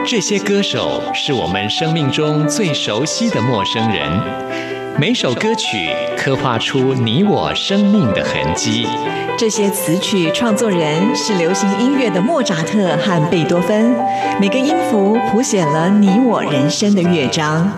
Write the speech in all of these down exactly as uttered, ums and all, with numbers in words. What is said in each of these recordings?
这些歌手是我们生命中最熟悉的陌生人，每首歌曲刻画出你我生命的痕迹。 这些词曲创作人是流行音乐的莫扎特和贝多芬，每个音符谱写了你我人生的乐章。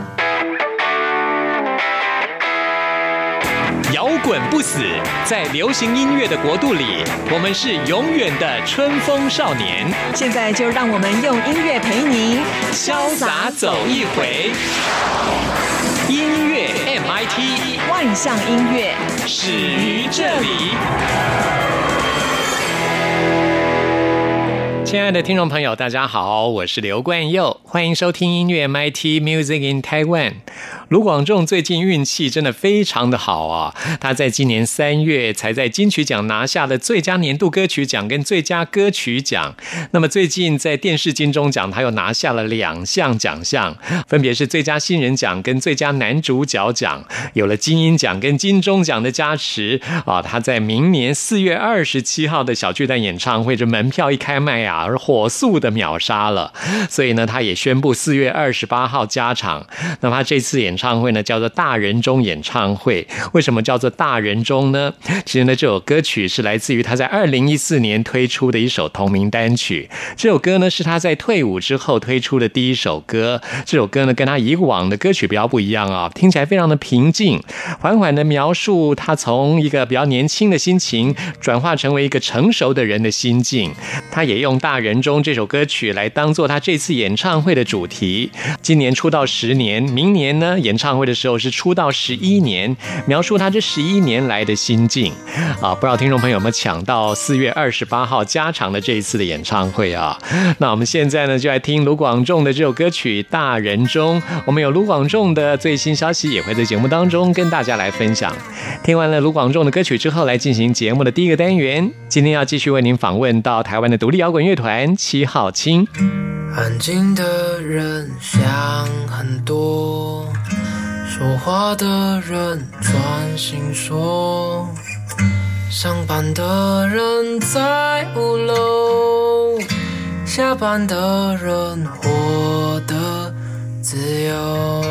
摇滚不死，在流行音乐的国度里，我们是永远的春风少年。 现在就让我们用音乐陪你潇洒走一回。音乐 M I T 万象音乐始于这里。亲爱的听众朋友，大家好，我是刘冠佑，欢迎收听音乐 M I T Music in Taiwan。卢广仲最近运气真的非常的好啊，他在今年三月才在金曲奖拿下了最佳年度歌曲奖跟最佳歌曲奖。那么最近在电视金钟奖他又拿下了两项奖项，分别是最佳新人奖跟最佳男主角奖。有了金鹰奖跟金钟奖的加持啊，他在明年四月二十七号的小巨蛋演唱会，这门票一开卖啊，而火速的秒杀了。所以呢，他也宣布四月二十八号加场。那么他这次演唱会呢叫做大人中演唱会。为什么叫做大人中呢？其实呢，这首歌曲是来自于他在二零一四年推出的一首同名单曲。这首歌呢是他在退伍之后推出的第一首歌。这首歌呢跟他以往的歌曲比较不一样啊，听起来非常的平静，缓缓的描述他从一个比较年轻的心情转化成为一个成熟的人的心境。他也用大人中这首歌曲来当做他这次演唱会的主题。今年出道十年，明年呢演唱会的时候是出道十一年，描述他这十一年来的心境啊。不知道听众朋友有没有抢到四月二十八号加场的这一次的演唱会啊？那我们现在呢就来听卢广仲的这首歌曲《大人中》。我们有卢广仲的最新消息，也会在节目当中跟大家来分享。听完了卢广仲的歌曲之后，来进行节目的第一个单元。今天要继续为您访问到台湾的独立摇滚乐团七号青。 安静的人想很多，说话的人专心说，上班的人在五楼，下班的人活得自由。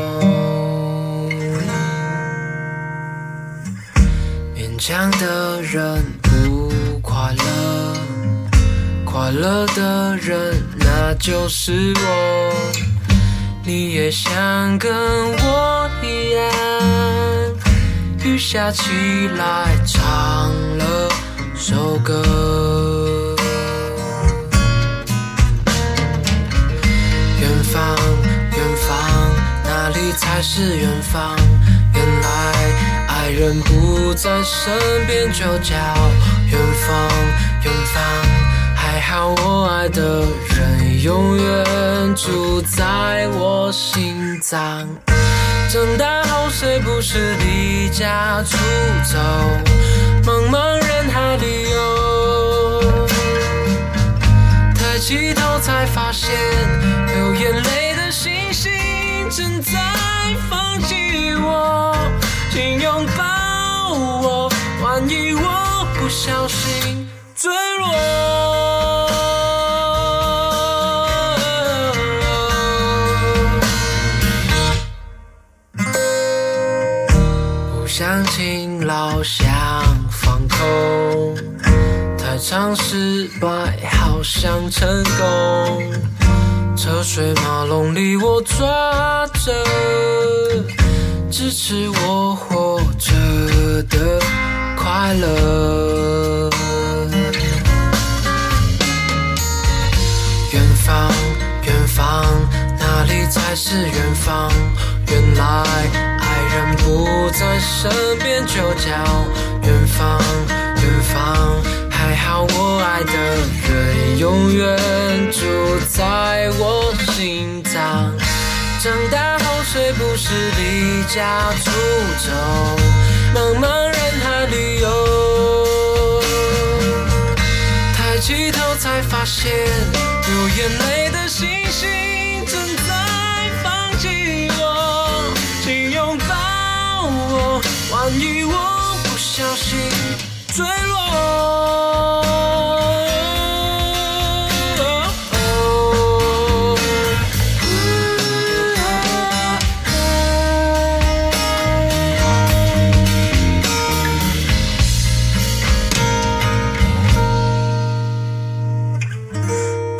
勉强的人不快乐，快乐的人那就是我。你也想跟我一样，雨下起来唱了首歌。远方远方，哪里才是远方？原来爱人不在身边就叫远方远方。还好我爱的人永远住在我心脏。长大后谁不是离家出走，茫茫人海里游，抬起头才发现流眼泪的星星正在放弃我，请拥抱我，万一我不小心坠落。想勤劳想放空，太常失败好想成功，车水马龙里我抓着支持我活着的快乐。远方远方，哪里才是远方？原来爱人不在身边就叫远方远方。还好我爱的人永远住在我心脏。长大后谁不是离家出走，茫茫人海里游，抬起头才发现流眼泪的星星正在放弃我，请拥抱我，万一我不小心坠落。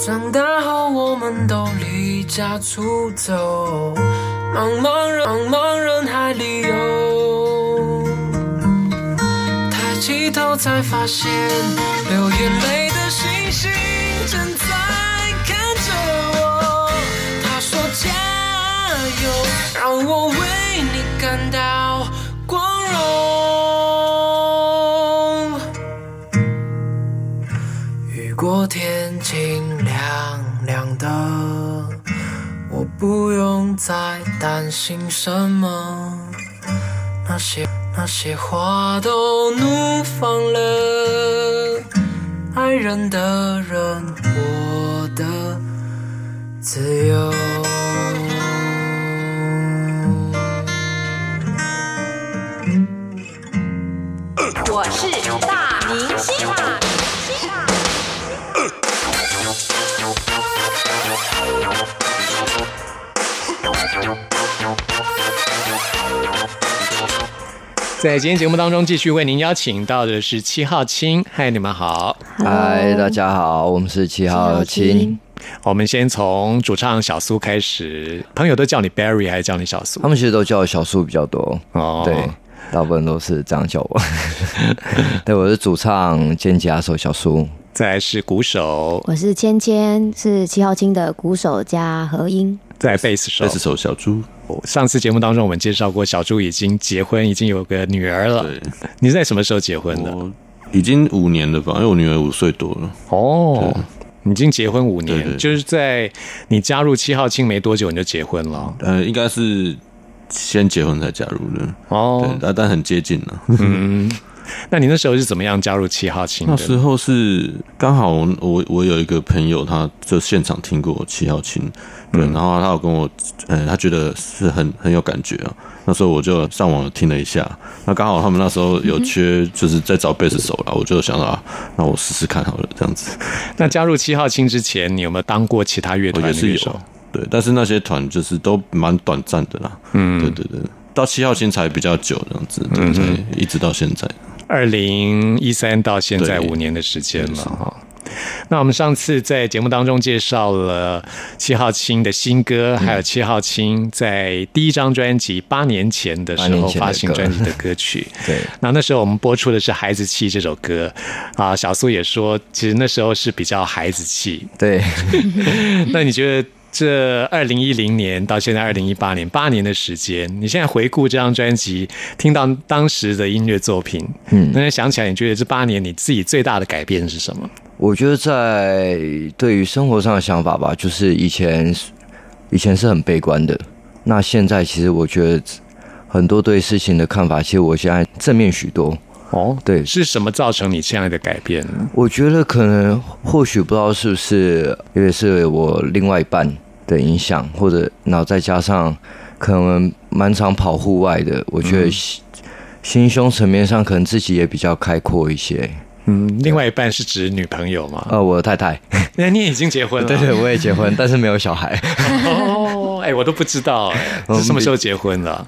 长大后我们都离家出走，茫茫人茫茫人海里游，抬起头才发现流眼泪的星星正在看着我，他说加油，让我为你感到光荣。雨过天晴亮亮的，我不用再担心什么，那些那些花都怒放了，爱人的人我的自由。 我是大明星啊！ 在今天节目当中，继续为您邀请到的是七号青。嗨，你们好。 嗨，大家好，我们是七号青。 我们先从主唱小苏开始，朋友都叫你 Barry 还是叫你小苏？ 他们其实都叫我小苏比较多。 哦， 对，大部分都是这样叫我。对，我是主唱兼吉他手小苏。 再来是鼓手， 我是芊芊，是七号青的鼓手加和音。 再来贝斯手， 贝斯手小猪。 上次节目当中我们介绍过，小猪已经结婚，已经有个女儿了。 对， 你是在什么时候结婚的？ 我已经五年了吧，因为我女儿五岁多了。 哦，已经结婚五年， 对对， 就是在你加入七号青没多久你就结婚了。 呃，应该是先结婚才加入的。 哦， 对，但很接近了。 嗯。那你那时候是怎么样加入七号青的？ 那时候是刚好我我我有一个朋友，他就现场听过七号青，对，嗯、然后他有跟我，呃，他觉得是很很有感觉啊。那时候我就上网听了一下，那刚好他们那时候有缺，就是在找贝斯手啦，我就想到啊，那我试试看好了，这样子。 那加入七号青之前，你有没有当过其他乐团的乐手？ 对，但是那些团就是都蛮短暂的啦。嗯，对对对，到七号青才比较久这样子，对，嗯、才一直到现在。 二零一三到现在五年的时间了哈。那我们上次在节目当中介绍了七号青的新歌，还有七号青在第一张专辑八年前的时候发行专辑的歌曲。 对， 那那时候我们播出的是《孩子气》这首歌啊，小苏也说，其实那时候是比较孩子气。 对， 那你觉得？这二零一零年到现在二零一八年八年的时间，你现在回顾这张专辑，听到当时的音乐作品，嗯，那想起来，你觉得这八年你自己最大的改变是什么？ 我觉得在对于生活上的想法吧，就是以前以前是很悲观的，那现在其实我觉得很多对事情的看法，其实我现在正面许多。 哦， 对， 是什么造成你现在的改变呢？ 我觉得可能或许不知道是不是因为是我另外一半的影响，或者然后再加上可能蛮常跑户外的，我觉得心胸层面上可能自己也比较开阔一些。 嗯，另外一半是指女朋友吗？ 呃，我的太太。 那你已经结婚了？ 对对，我也结婚，但是没有小孩。 哦，哎，我都不知道，哎，是什么时候结婚的？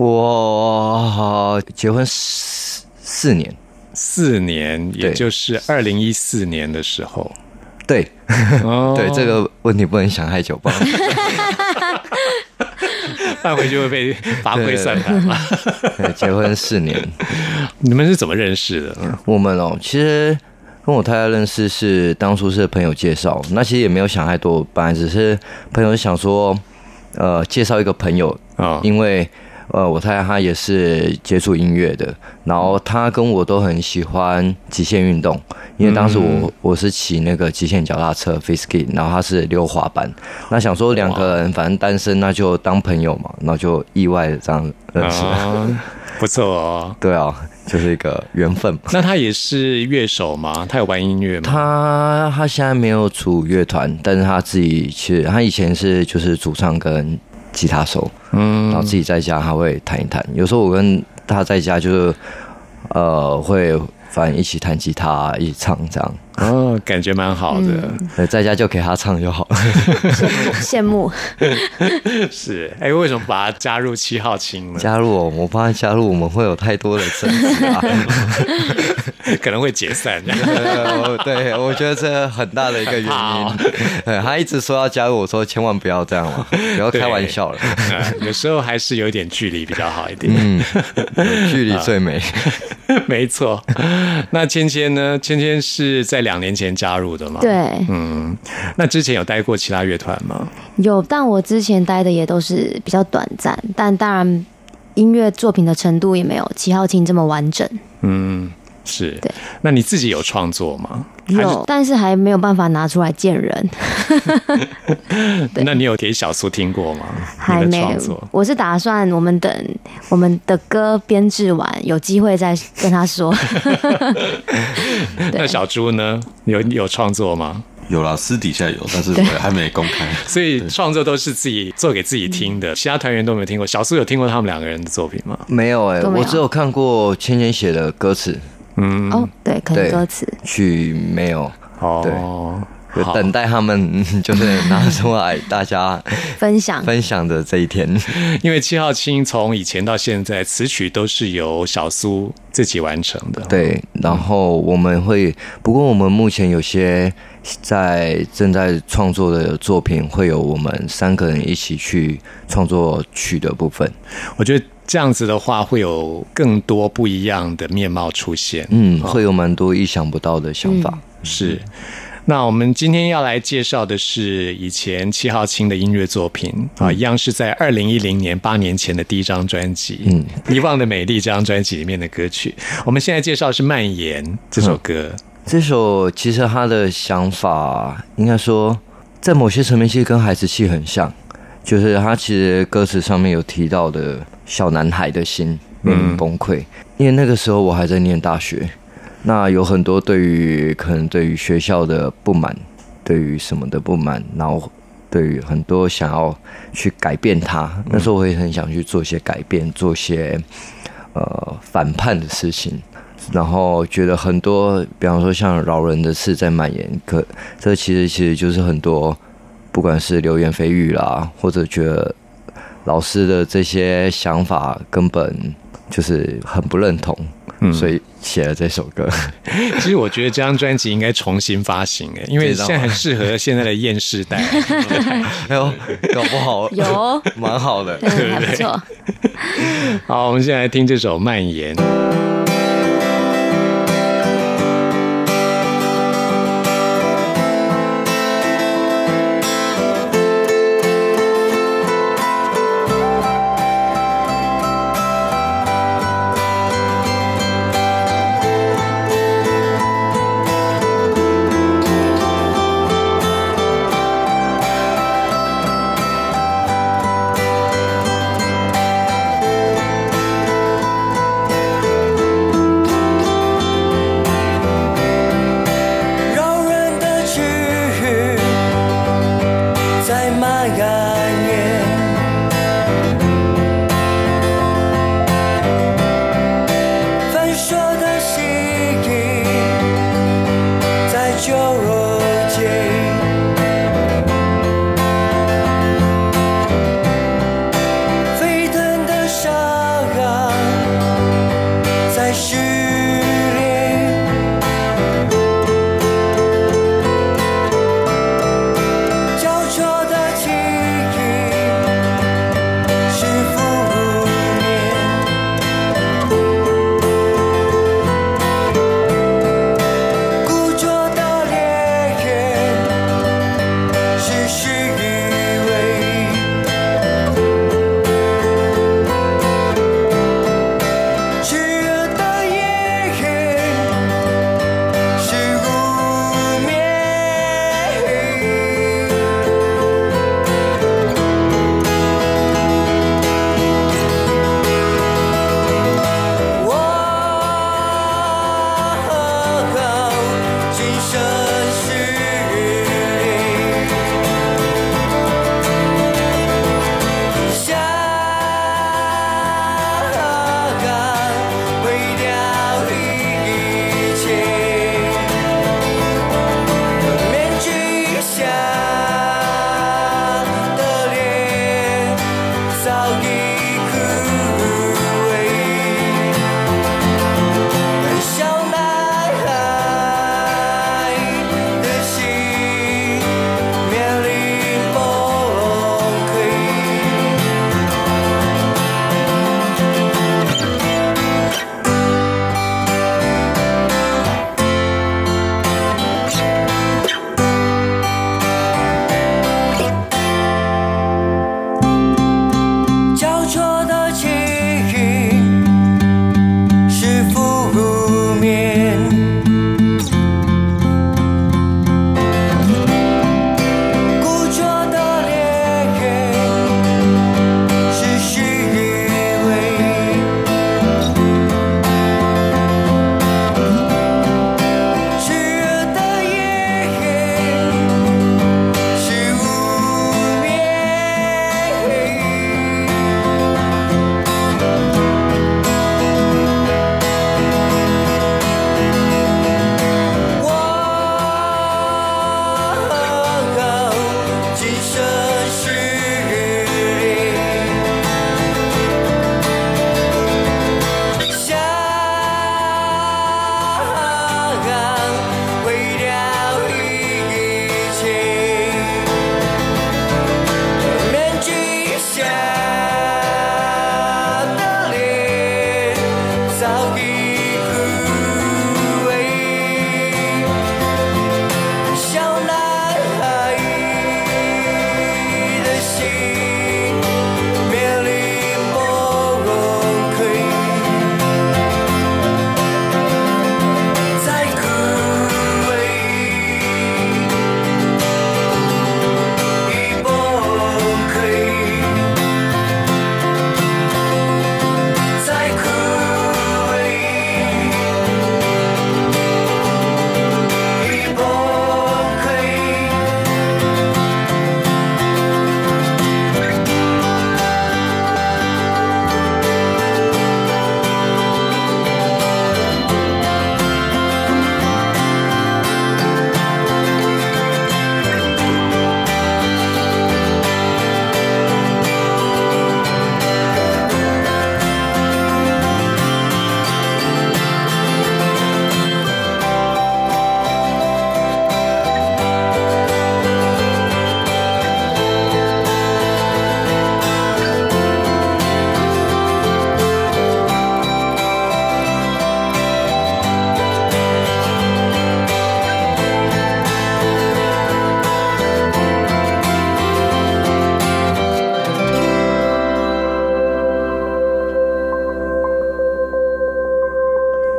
我结婚四四年， 四年，也就是二零一四年的时候。 对， 哦、 对，这个问题不能想太久吧？ 范围就会被罚亏算盘嘛。 对，结婚四年， 你们是怎么认识的？ 我们哦，其实跟我太太认识是当初是朋友介绍，那其实也没有想太多，本来只是朋友想说，呃，介绍一个朋友，哦、因为。呃，我太太她也是接触音乐的，然后她跟我都很喜欢极限运动，因为当时我、嗯、我是骑那个极限脚踏车 Fiski， 然后她是溜滑板，那想说两个人反正单身，那就当朋友嘛，然后就意外的这样认识，哦、 不错哦。 对啊，就是一个缘分。 那他也是乐手吗？他有玩音乐吗？ 他他现在没有组乐团，但是他自己其实他以前是就是主唱跟吉他手，嗯，然后自己在家他会弹一弹。有时候我跟他在家就是，呃，会反正一起弹吉他，一起唱这样。 哦，感觉蛮好的。 嗯、在家就给他唱就好了。 羡慕， 羡慕。是，哎、欸，为什么把他加入七号青呢？ 加入我，我怕加入我们会有太多的争执啊， 可能会解散。 对，我觉得这很大的一个原因。哦、他一直说要加入，我说千万不要这样嘛，不要开玩笑了。 呃、有时候还是有一点距离比较好一点。 嗯，距离最美。 没错。那芊芊呢？芊芊是在两年前加入的吗？ 对。 嗯，那之前有待过其他乐团吗？ 有，但我之前待的也都是比较短暂，但当然音乐作品的程度也没有七号青这么完整。 嗯，是。 对。 那你自己有创作吗？ 有，但是还没有办法拿出来见人。 那你有给小苏听过吗？ 还没有。我是打算我们等我们的歌编制完，有机会再跟他说。 那小猪呢？有有创作吗？ 有啦，私底下有，但是还没公开。 所以创作都是自己做给自己听的，其他团员都没有听过。小苏有听过他们两个人的作品吗？ 没有哎、欸，我只有看过芊芊写的歌词。 嗯，哦，对，可能歌词曲没有哦， 对，就等待他们就是拿出来大家分享分享的这一天。 因为七号青从以前到现在，词曲都是由小苏自己完成的。 对，然后我们会，不过我们目前有些在正在创作的作品，会有我们三个人一起去创作曲的部分。 我觉得这样子的话，会有更多不一样的面貌出现。 嗯，会有蛮多意想不到的想法。 嗯、是。那我们今天要来介绍的是以前七号青的音乐作品啊，一样是在二零一零年八年前的第一张专辑《嗯遗忘的美丽》这张专辑里面的歌曲。我们现在介绍的是《蔓延》这首歌。嗯、 这首其实他的想法应该说，在某些层面其实跟孩子气很像，就是他其实歌词上面有提到的小男孩的心面临崩溃，嗯、因为那个时候我还在念大学。那有很多对于可能对于学校的不满，对于什么的不满，然后对于很多想要去改变它。那时候我也很想去做些改变，做些呃反叛的事情。然后觉得很多，比方说像扰人的事在蔓延，可这其实其实就是很多，不管是流言蜚语啦，或者觉得老师的这些想法根本就是很不认同。嗯、所以写了这首歌。 其实我觉得这张专辑应该重新发行，因为现在很适合现在的厌世代。 哎呦，搞不好有蛮好的， 对不对？错。 好，我们现在来听这首《蔓延》。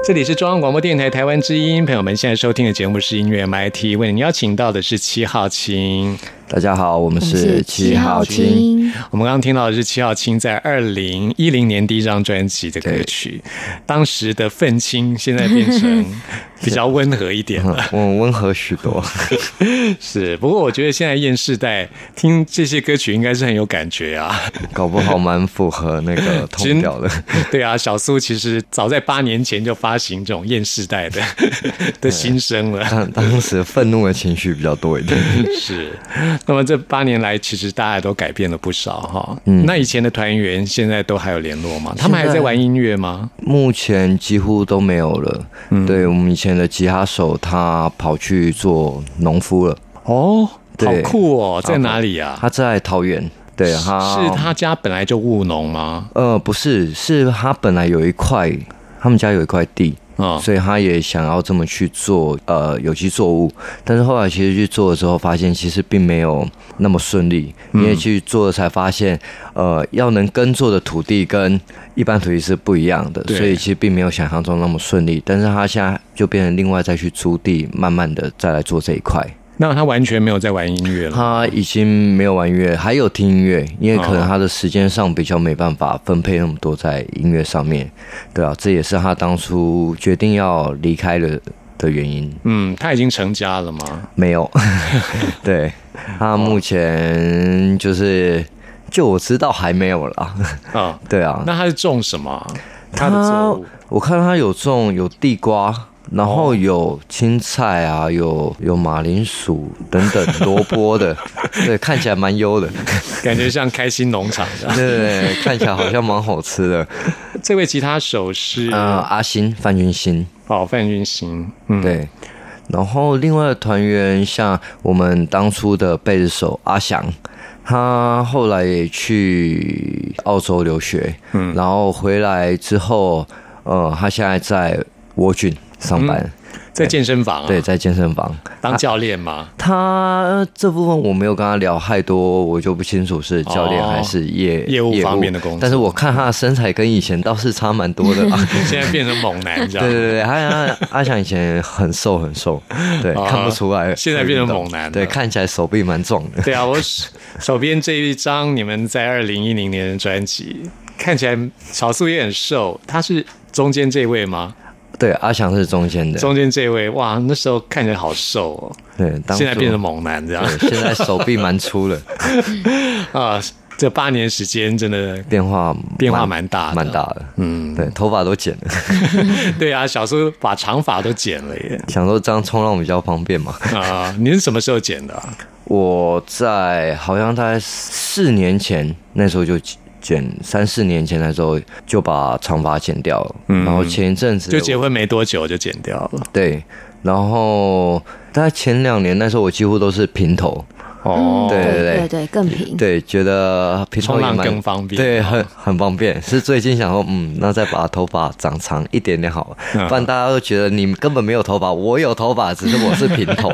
这里是中央广播电台台湾之音，朋友们现在收听的节目是音乐 M I T， 为您邀请到的是七号青。 大家好，我们是七号青。 我们刚刚听到的是七号青在二零一零年第一张专辑的歌曲，当时的愤青现在变成比较温和一点了， 嗯，温和许多。 是，不过我觉得现在厌世代听这些歌曲应该是很有感觉啊， 搞不好蛮符合那个通调的。 对啊，小苏其实早在八年前就发行这种厌世代的的心声了。 当当时愤怒的情绪比较多一点。 是。那么这八年来，其实大家都改变了不少哈。嗯，那以前的团员现在都还有联络吗？他们还在玩音乐吗？ 目前几乎都没有了。嗯，对，我们以前的吉他手他跑去做农夫了。 哦，好酷哦！在哪里啊？ 他在桃园。对，他是他家本来就务农吗？ 呃，不是，是他本来有一块，他们家有一块地。哦、所以他也想要这么去做呃有机作物，但是后来其实去做的时候发现其实并没有那么顺利，因为去做了才发现呃要能耕作的土地跟一般土地是不一样的，所以其实并没有想象中那么顺利。但是他现在就变成另外再去租地，慢慢的再来做这一块。 那他完全没有在玩音乐了？ 他已经没有玩音乐，还有听音乐，因为可能他的时间上比较没办法分配那么多在音乐上面，对啊，这也是他当初决定要离开的的原因。 嗯，他已经成家了吗？ 没有，对，他目前就是就我知道还没有啦。啊，对啊。 那他是种什么？他的作物？ 我看他有种有地瓜。然后有青菜啊，有有马铃薯等等萝卜的，对，看起来蛮优的， 感觉像开心农场的， 对对对，看起来好像蛮好吃的。 这位吉他手是呃阿星范君新， 哦，范君新，嗯， 对。然后另外的团员像我们当初的贝斯手阿翔，他后来也去澳洲留学，嗯，然后回来之后，呃，他现在在沃郡上班、嗯， 在健身房、啊， 对，在健身房当教练吗？ 他这部分我没有跟他聊太多，我就不清楚是教练还是业、哦、 业务方面的工作。 但是我看他的身材跟以前倒是差蛮多的、啊， 现在变成猛男，你知道吗？ 对对对，他阿翔以前很瘦很瘦，对，哦、看不出来， 现在变成猛男， 对，看起来手臂蛮壮的。 对啊，我手边这一张你们在二零一零年的专辑，看起来小苏也很瘦，他是中间这位吗？ 对，阿翔是中间的， 中间这位，哇，那时候看起来好瘦哦。 对， 现在变成猛男这样。 现在手臂蛮粗的。 啊，这八年时间真的变化变化蛮大的， 蛮大的。嗯，对，头发都剪了。 对啊，小时候把长发都剪了耶。 想说这样冲浪比较方便嘛。 啊，你是什么时候剪的、啊？ 我在好像大概四年前，那时候就。剪三四年前的时候就把长发剪掉了、嗯，然后前一阵子就结婚没多久就剪掉了。 对，然后大概前两年那时候我几乎都是平头。 哦， 对对对对对，更平。 对，觉得平头也蛮更方便， 对，很很方便。是最近想说，嗯，那再把头发长长一点点好了，不然大家都觉得你根本没有头发，我有头发，只是我是平头。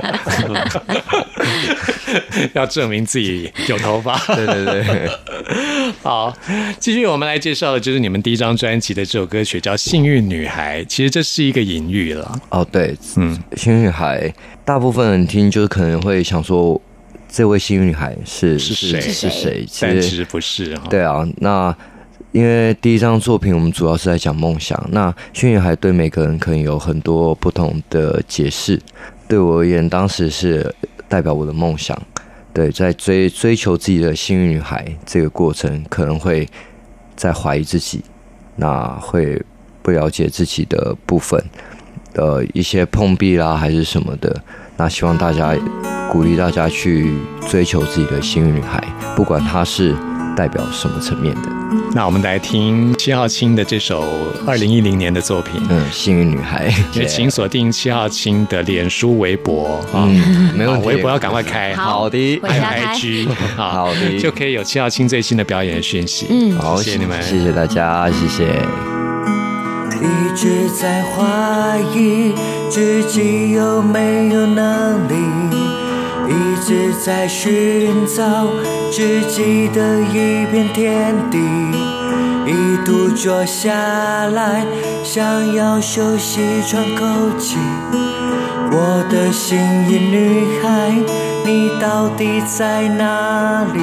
要证明自己有头发。 对对对。 好，继续我们来介绍的就是你们第一张专辑的这首歌曲叫《幸运女孩》，其实这是一个隐喻了。 哦，对，嗯，幸运女孩，大部分人听就是可能会想说，这位幸运女孩是是谁是谁？ 但其实不是哈。 对啊，那因为第一张作品我们主要是在讲梦想，那幸运女孩对每个人可能有很多不同的解释。对我而言，当时是代表我的梦想。对，在追追求自己的幸运女孩这个过程，可能会在怀疑自己，那会不了解自己的部分，呃，一些碰壁啦还是什么的。那希望大家鼓励大家去追求自己的幸运女孩，不管她是代表什么层面的。 那我们来听七号青的这首二零一零年的作品， 嗯，幸运女孩。 也请锁定七号青的脸书、微博啊， 嗯，没问题， 微博要赶快开， 好的， 还有 I G， 好的， 就可以有七号青最新的表演讯息。 嗯， 好， 谢谢你们， 谢谢大家，谢谢。 一直在怀疑自己有没有能力，一直在寻找自己的一片天地， 一度坐下来，想要休息喘口气。我的心仪女孩，你到底在哪里？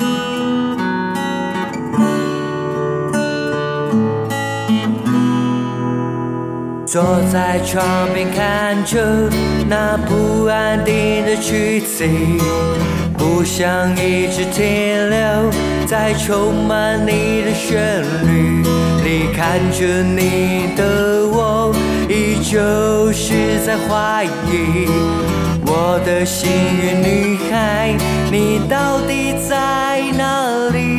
坐在床边看着那不安定的曲子，不想一直停留在充满你的旋律里，看着你的我依旧是在怀疑，我的幸运女孩，你到底在哪里？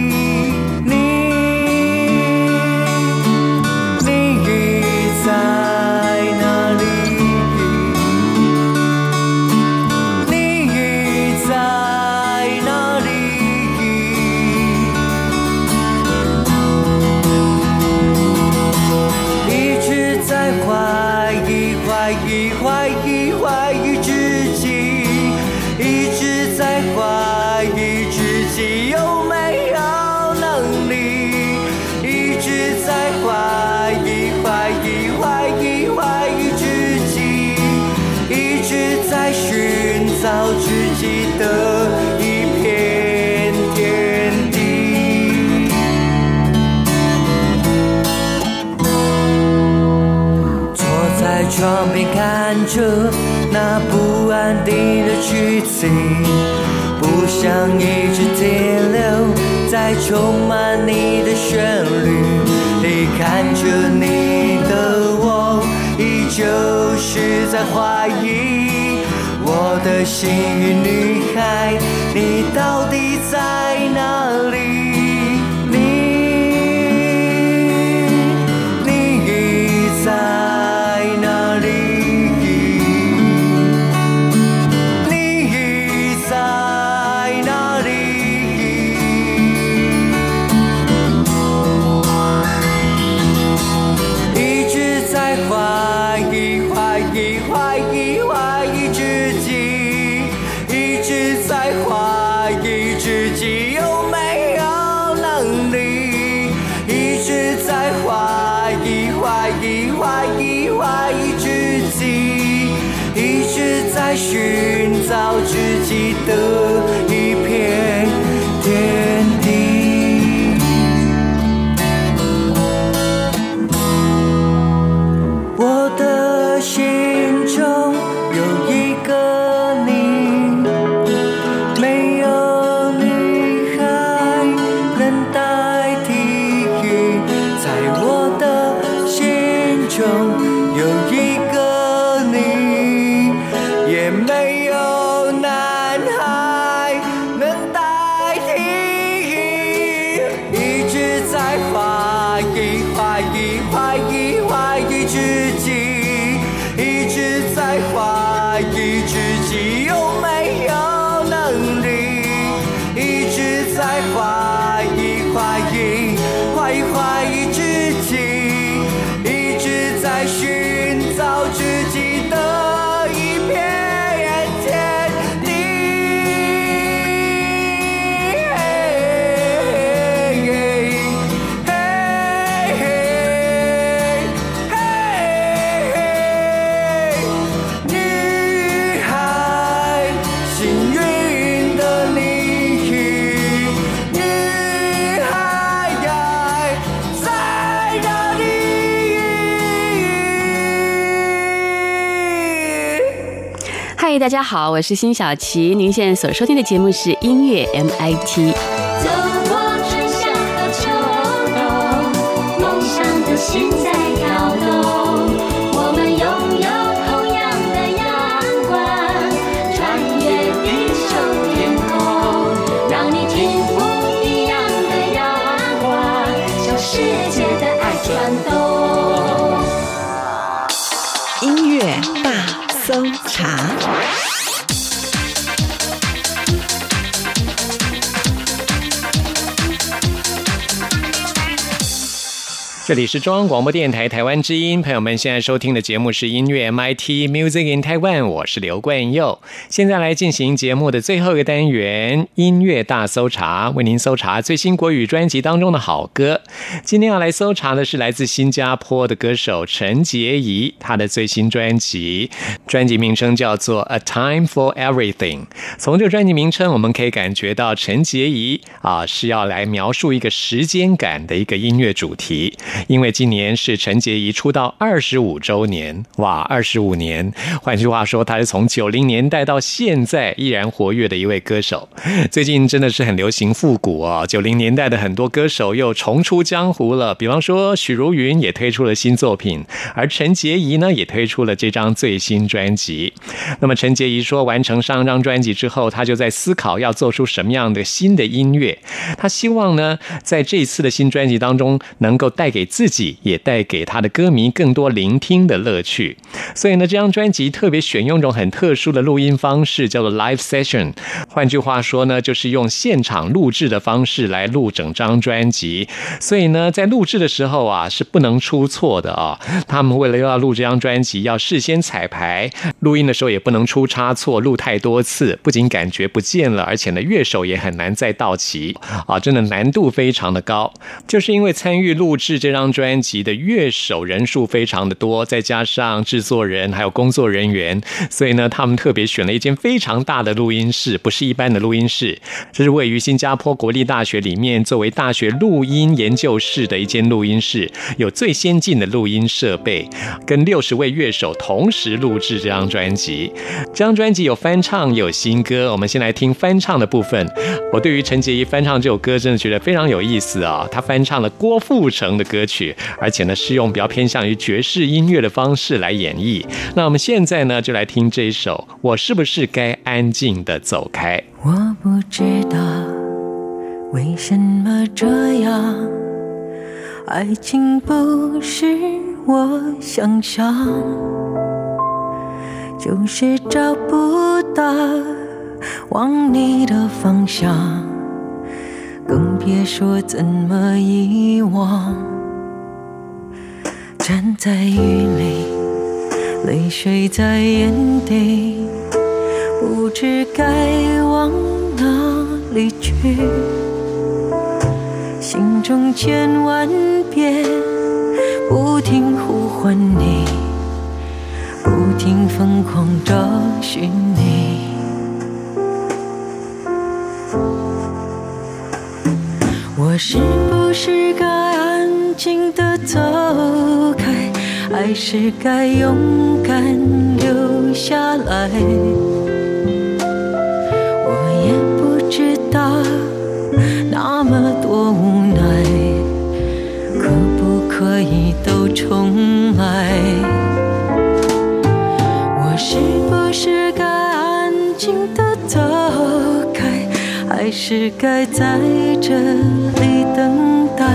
找自己的一片天地，坐在床边看着那不安定的曲子，不想一直停留在充满你的旋律里，看着你的我依旧是在怀疑，我的幸运女孩，你到底在哪里？你，你在哪里？你在哪里？一直在怀疑，怀疑，怀疑，怀疑自己，一直在怀疑自己有没有能力，一直在怀疑，怀疑，怀疑，怀疑自己，一直在寻找自己的一片天地。我的心中有一个你，没有女孩能代替，在我的心中有一个你，也没有男孩能代替，一直在怀疑，怀疑，怀疑，怀疑自己，一直在怀疑自己有没有能力，一直在怀疑，怀疑，怀疑，怀疑自己，一直在寻找自己的一片天地。女孩，幸运的你，女孩在哪里？ 嗨，大家好，我是辛晓琪，您现在所收听的节目是音乐 M I T。 走过春夏到秋冬，梦想的心在跳动，我们拥有同样的阳光，穿越地球天空，让你听不一样的阳光，向世界的爱传动。 音乐大搜查。 这里是中央广播电台台湾之音，朋友们现在收听的节目是音乐 M I T Music in Taiwan， 我是刘冠佑。现在来进行节目的最后一个单元音乐大搜查，为您搜查最新国语专辑当中的好歌。今天要来搜查的是来自新加坡的歌手陈洁仪，她的最新专辑，专辑名称叫做 A Time for Everything。 从这个专辑名称我们可以感觉到陈洁仪啊是要来描述一个时间感的一个音乐主题，因为今年是陈洁仪出道二十五周年，哇，二十五年，换句话说，她是从九零年代到现在依然活跃的一位歌手。最近真的是很流行复古哦，九零年代的很多歌手又重出江湖了，比方说许茹芸也推出了新作品，而陈洁仪呢也推出了这张最新专辑。那么陈洁仪说，完成上张专辑之后，她就在思考要做出什么样的新的音乐。她希望呢，在这一次的新专辑当中，能够带给自己也带给他的歌迷更多聆听的乐趣。所以呢，这张专辑特别选用一种很特殊的录音方式，叫做 live session。 换句话说呢，就是用现场录制的方式来录整张专辑。所以呢，在录制的时候啊，是不能出错的啊。他们为了要录这张专辑，要事先彩排，录音的时候也不能出差错，录太多次，不仅感觉不见了，而且呢，乐手也很难再到齐啊，真的难度非常的高。就是因为参与录制这张专辑的乐手人数非常的多，再加上制作人还有工作人员，所以呢，他们特别选了一间非常大的录音室，不是一般的录音室，这是位于新加坡国立大学里面作为大学录音研究室的一间录音室，有最先进的录音设备，跟六十位乐手同时录制这张专辑。这张专辑有翻唱有新歌，我们先来听翻唱的部分。我对于陈洁仪翻唱这首歌真的觉得非常有意思啊！他翻唱了郭富城的歌曲，而且呢是用比较偏向于爵士音乐的方式来演绎。那我们现在呢就来听这一首《我是不是该安静的走开》。 我不知道为什么这样，爱情不是我想象，就是找不到往你的方向，更别说怎么遗忘。站在雨里，泪水在眼底，不知该往哪里去，心中千万遍不停呼唤你，不停疯狂找寻你。我是不是该安静地走开，还是该勇敢留下来？我也不知道，那么多无奈，可不可以都重来？我是不是该安静地走开，还是该在这里等待？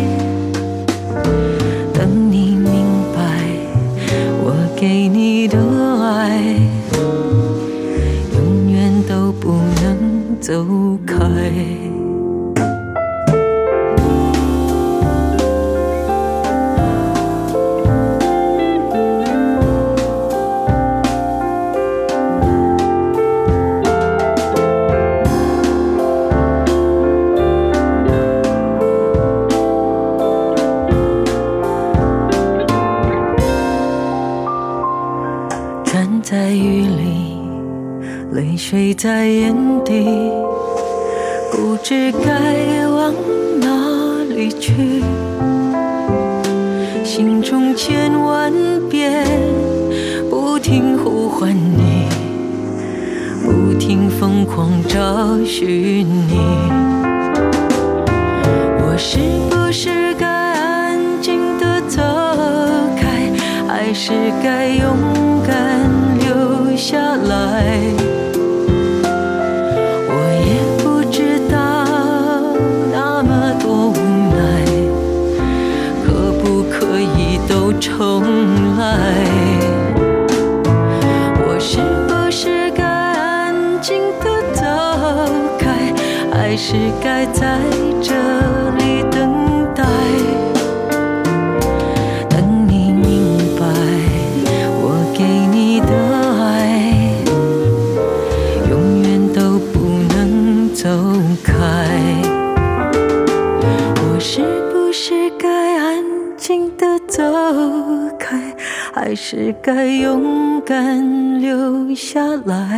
等你明白，我给你的爱永远都不能走开。在雨里，泪水在眼底，不知该往哪里去，心中千万遍不停呼唤你，不停疯狂找寻你。我是不是该安静地走开，还是该勇敢留下来？我也不知道，那么多无奈，可不可以都重来？我是不是该安静地走开，还是该在这里等待？ 走开，还是该勇敢留下来？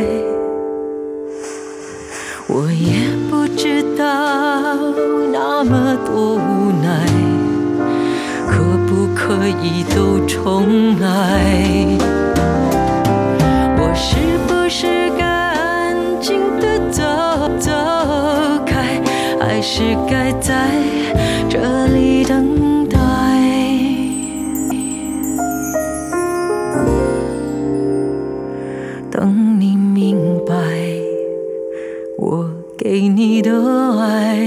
我也不知道那么多无奈，可不可以都重来？我是不是该安静地走走开，还是该在这里等待？等你明白，我给你的爱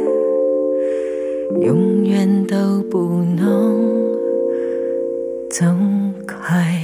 永远都不能走开。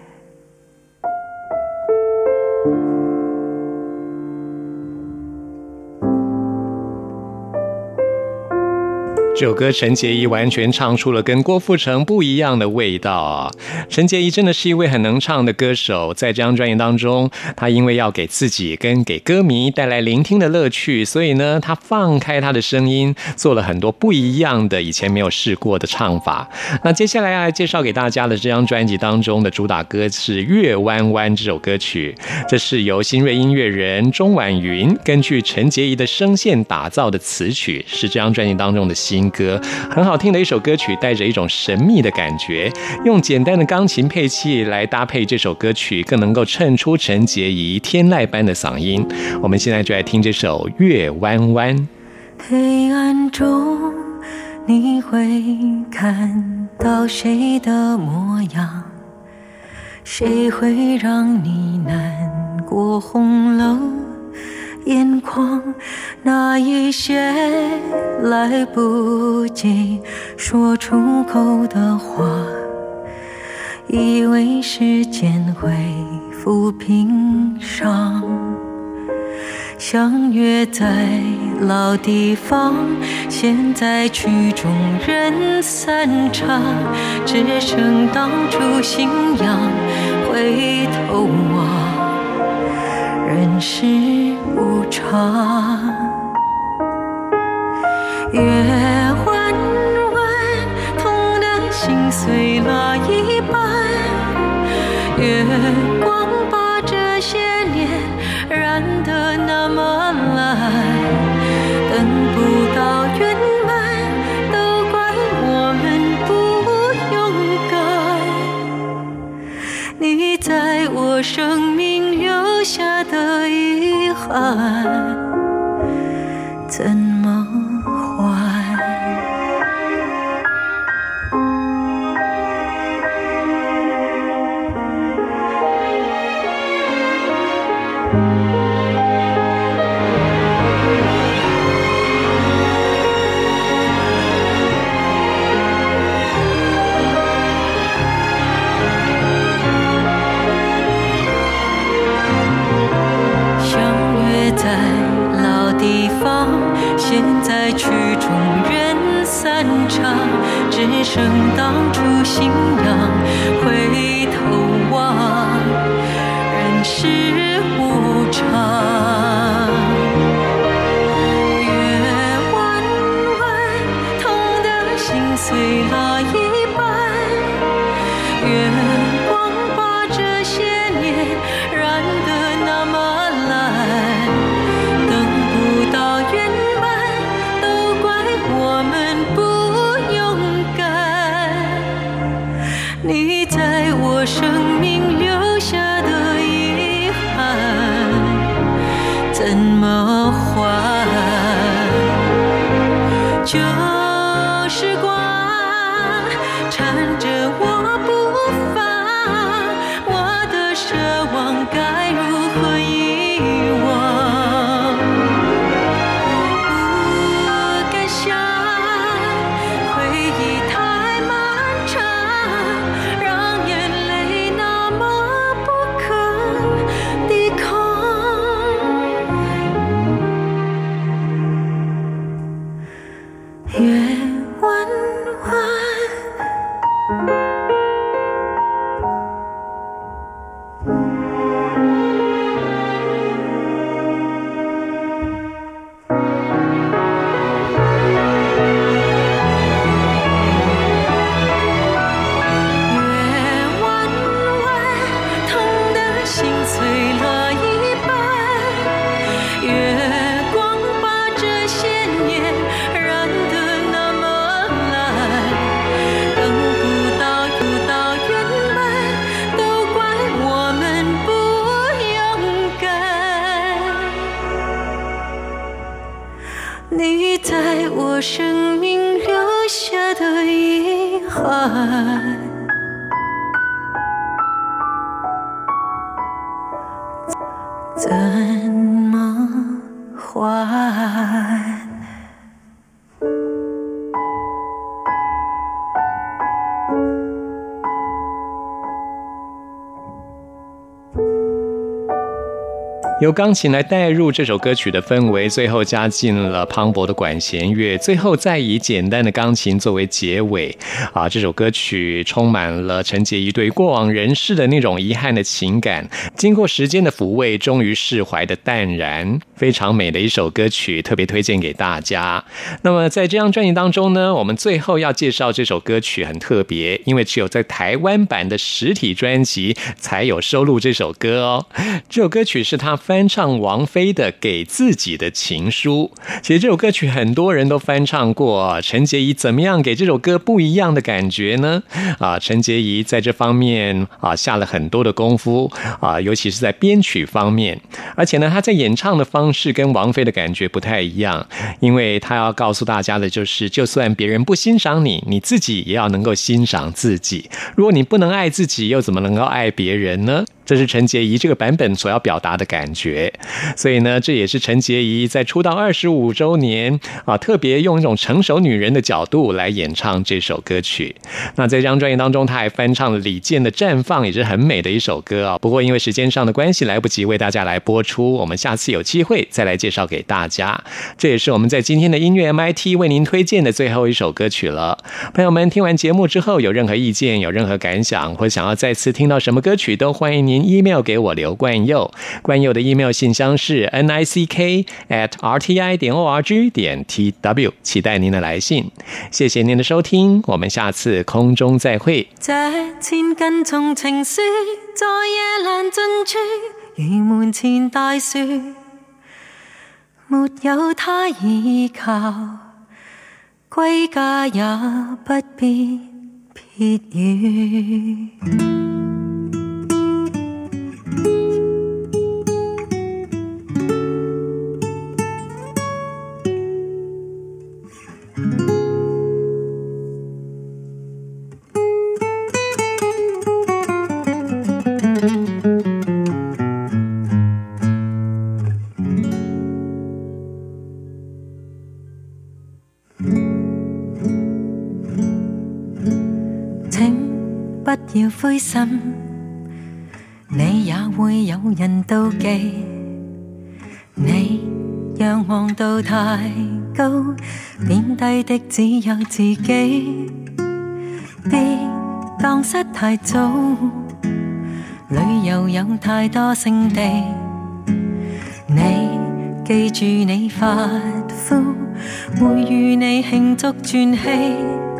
这首歌陈洁仪完全唱出了跟郭富城不一样的味道啊！陈洁仪真的是一位很能唱的歌手，在这张专辑当中，她因为要给自己跟给歌迷带来聆听的乐趣，所以呢，她放开她的声音，做了很多不一样的以前没有试过的唱法。那接下来要来介绍给大家的这张专辑当中的主打歌是《月弯弯》这首歌曲，这是由新锐音乐人钟婉云根据陈洁仪的声线打造的词曲，是这张专辑当中的新歌，很好听的一首歌曲，带着一种神秘的感觉，用简单的钢琴配器来搭配这首歌曲，更能够衬出陈洁仪天籁般的嗓音。我们现在就来听这首《月弯弯》。 黑暗中你会看到谁的模样，谁会让你难过红了眼眶，那一些来不及说出口的话，以为时间会抚平伤，相约在老地方，现在曲终人散场，只剩当初信仰，回头望人世无常。月弯弯，痛的心碎了一半，月光把这些年染得那么蓝，等不到圆满，都怪我们不勇敢。你在我生命留下的遗憾，怎么还？现在曲终人散场，只剩当初信仰，回头望人世无常。月弯弯，痛的心碎了一半，月光把这些年染得那么蓝，等不到圆满，我们不勇敢。你在我生命留下的遗憾，怎么还？旧时光缠着我步伐，我的奢望该如何遗忘？月你在我生命留下的遗憾，怎么还？ 由钢琴来带入这首歌曲的氛围，最后加进了磅礴的管弦乐，最后再以简单的钢琴作为结尾。啊，这首歌曲充满了陈洁仪对过往人世的那种遗憾的情感，经过时间的抚慰，终于释怀的淡然，非常美的一首歌曲，特别推荐给大家。那么在这张专辑当中呢，我们最后要介绍这首歌曲很特别，因为只有在台湾版的实体专辑才有收录这首歌哦。这首歌曲是他翻唱王菲的《给自己的情书》。其实这首歌曲很多人都翻唱过，陈洁仪怎么样给这首歌不一样的感觉呢？啊，陈洁仪在这方面啊下了很多的功夫啊，尤其是在编曲方面。而且呢，他在演唱的方式跟王菲的感觉不太一样，因为他要告诉大家的就是，就算别人不欣赏你，你自己也要能够欣赏自己。如果你不能爱自己，又怎么能够爱别人呢？这是陈洁仪这个版本所要表达的感觉。所以呢，这也是陈洁仪在出道二十五周年啊，特别用一种成熟女人的角度来演唱这首歌曲。那在这张专辑当中，他还翻唱了李健的《绽放》，也是很美的一首歌啊。不过因为时间上的关系，来不及为大家来播出，我们下次有机会再来介绍给大家。这也是我们在今天的音乐 M I T 为您推荐的最后一首歌曲了。朋友们，听完节目之后有任何意见、有任何感想，或想要再次听到什么歌曲，都欢迎您 email 给我刘冠佑。冠佑的 email 信箱是 n i c k at r t i 点 o r g 点 t w， 期待您的来信。谢谢您的收听，我们下次空中再会。 这千斤重情书在夜阑尽处，如門前大樹，沒有他倚靠，歸家也不必撇語。不要灰心，你也會有人妒忌。你仰望到太高，貶低的只有自己。別蕩失太早，旅遊有太多勝地。你記住你發膚，會與你慶祝轉氣。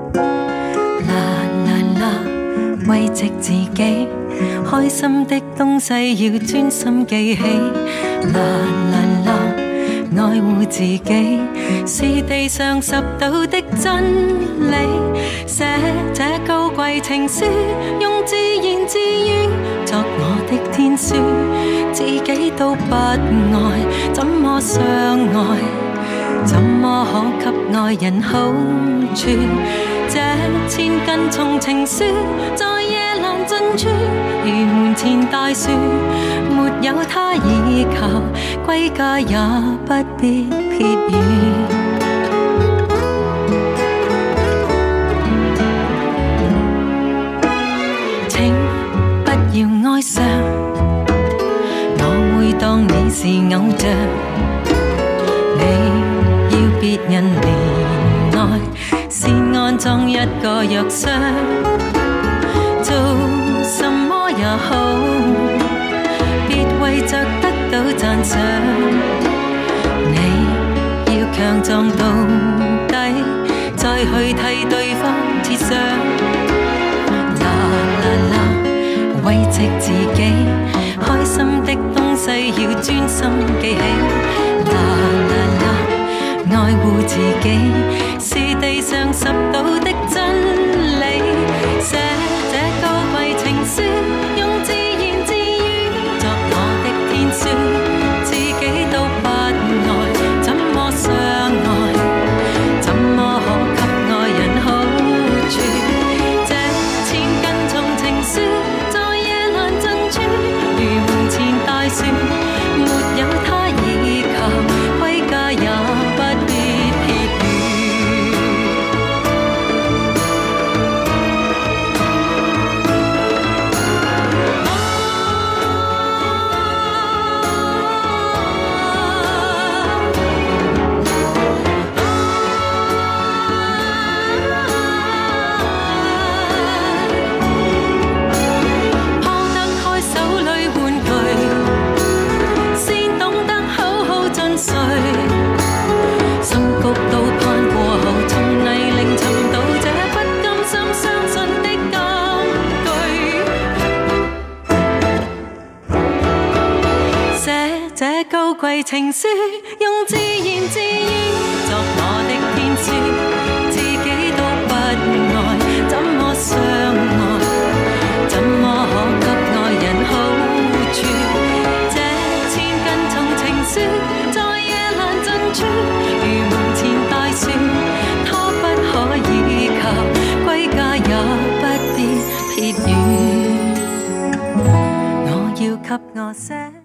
慰藉自己，開心的東西要專心記起。啦啦啦，愛護自己是地上拾到的真理。寫這高貴情書，用自言自語作我的天書。自己都不愛，怎麼相愛？怎麼可給愛人好處？這千斤重情書在夜闌盡處，如門前大樹，沒有他倚靠，歸家也不必撇語。請不要哀傷，我會當你是偶像，你要別人憐愛，先安裝一個藥箱，做什麼也好，別為着得到讚賞。你要強壯到底，再去替對方設想。啦啦啦，慰藉自己，開心的東西要專心記起。啦啦啦，愛護自己是地上拾到的真理。寫這高貴情書，用自言自語作我的天書。自己都不愛，怎麼相愛？ 來情書，用自言自語作我的天書，自己都不愛，怎麼相愛？怎麼可給愛人好處？這千斤重情書在夜闌盡處，如門前大樹，它不可以靠，歸家也不必撇遠。我要給我些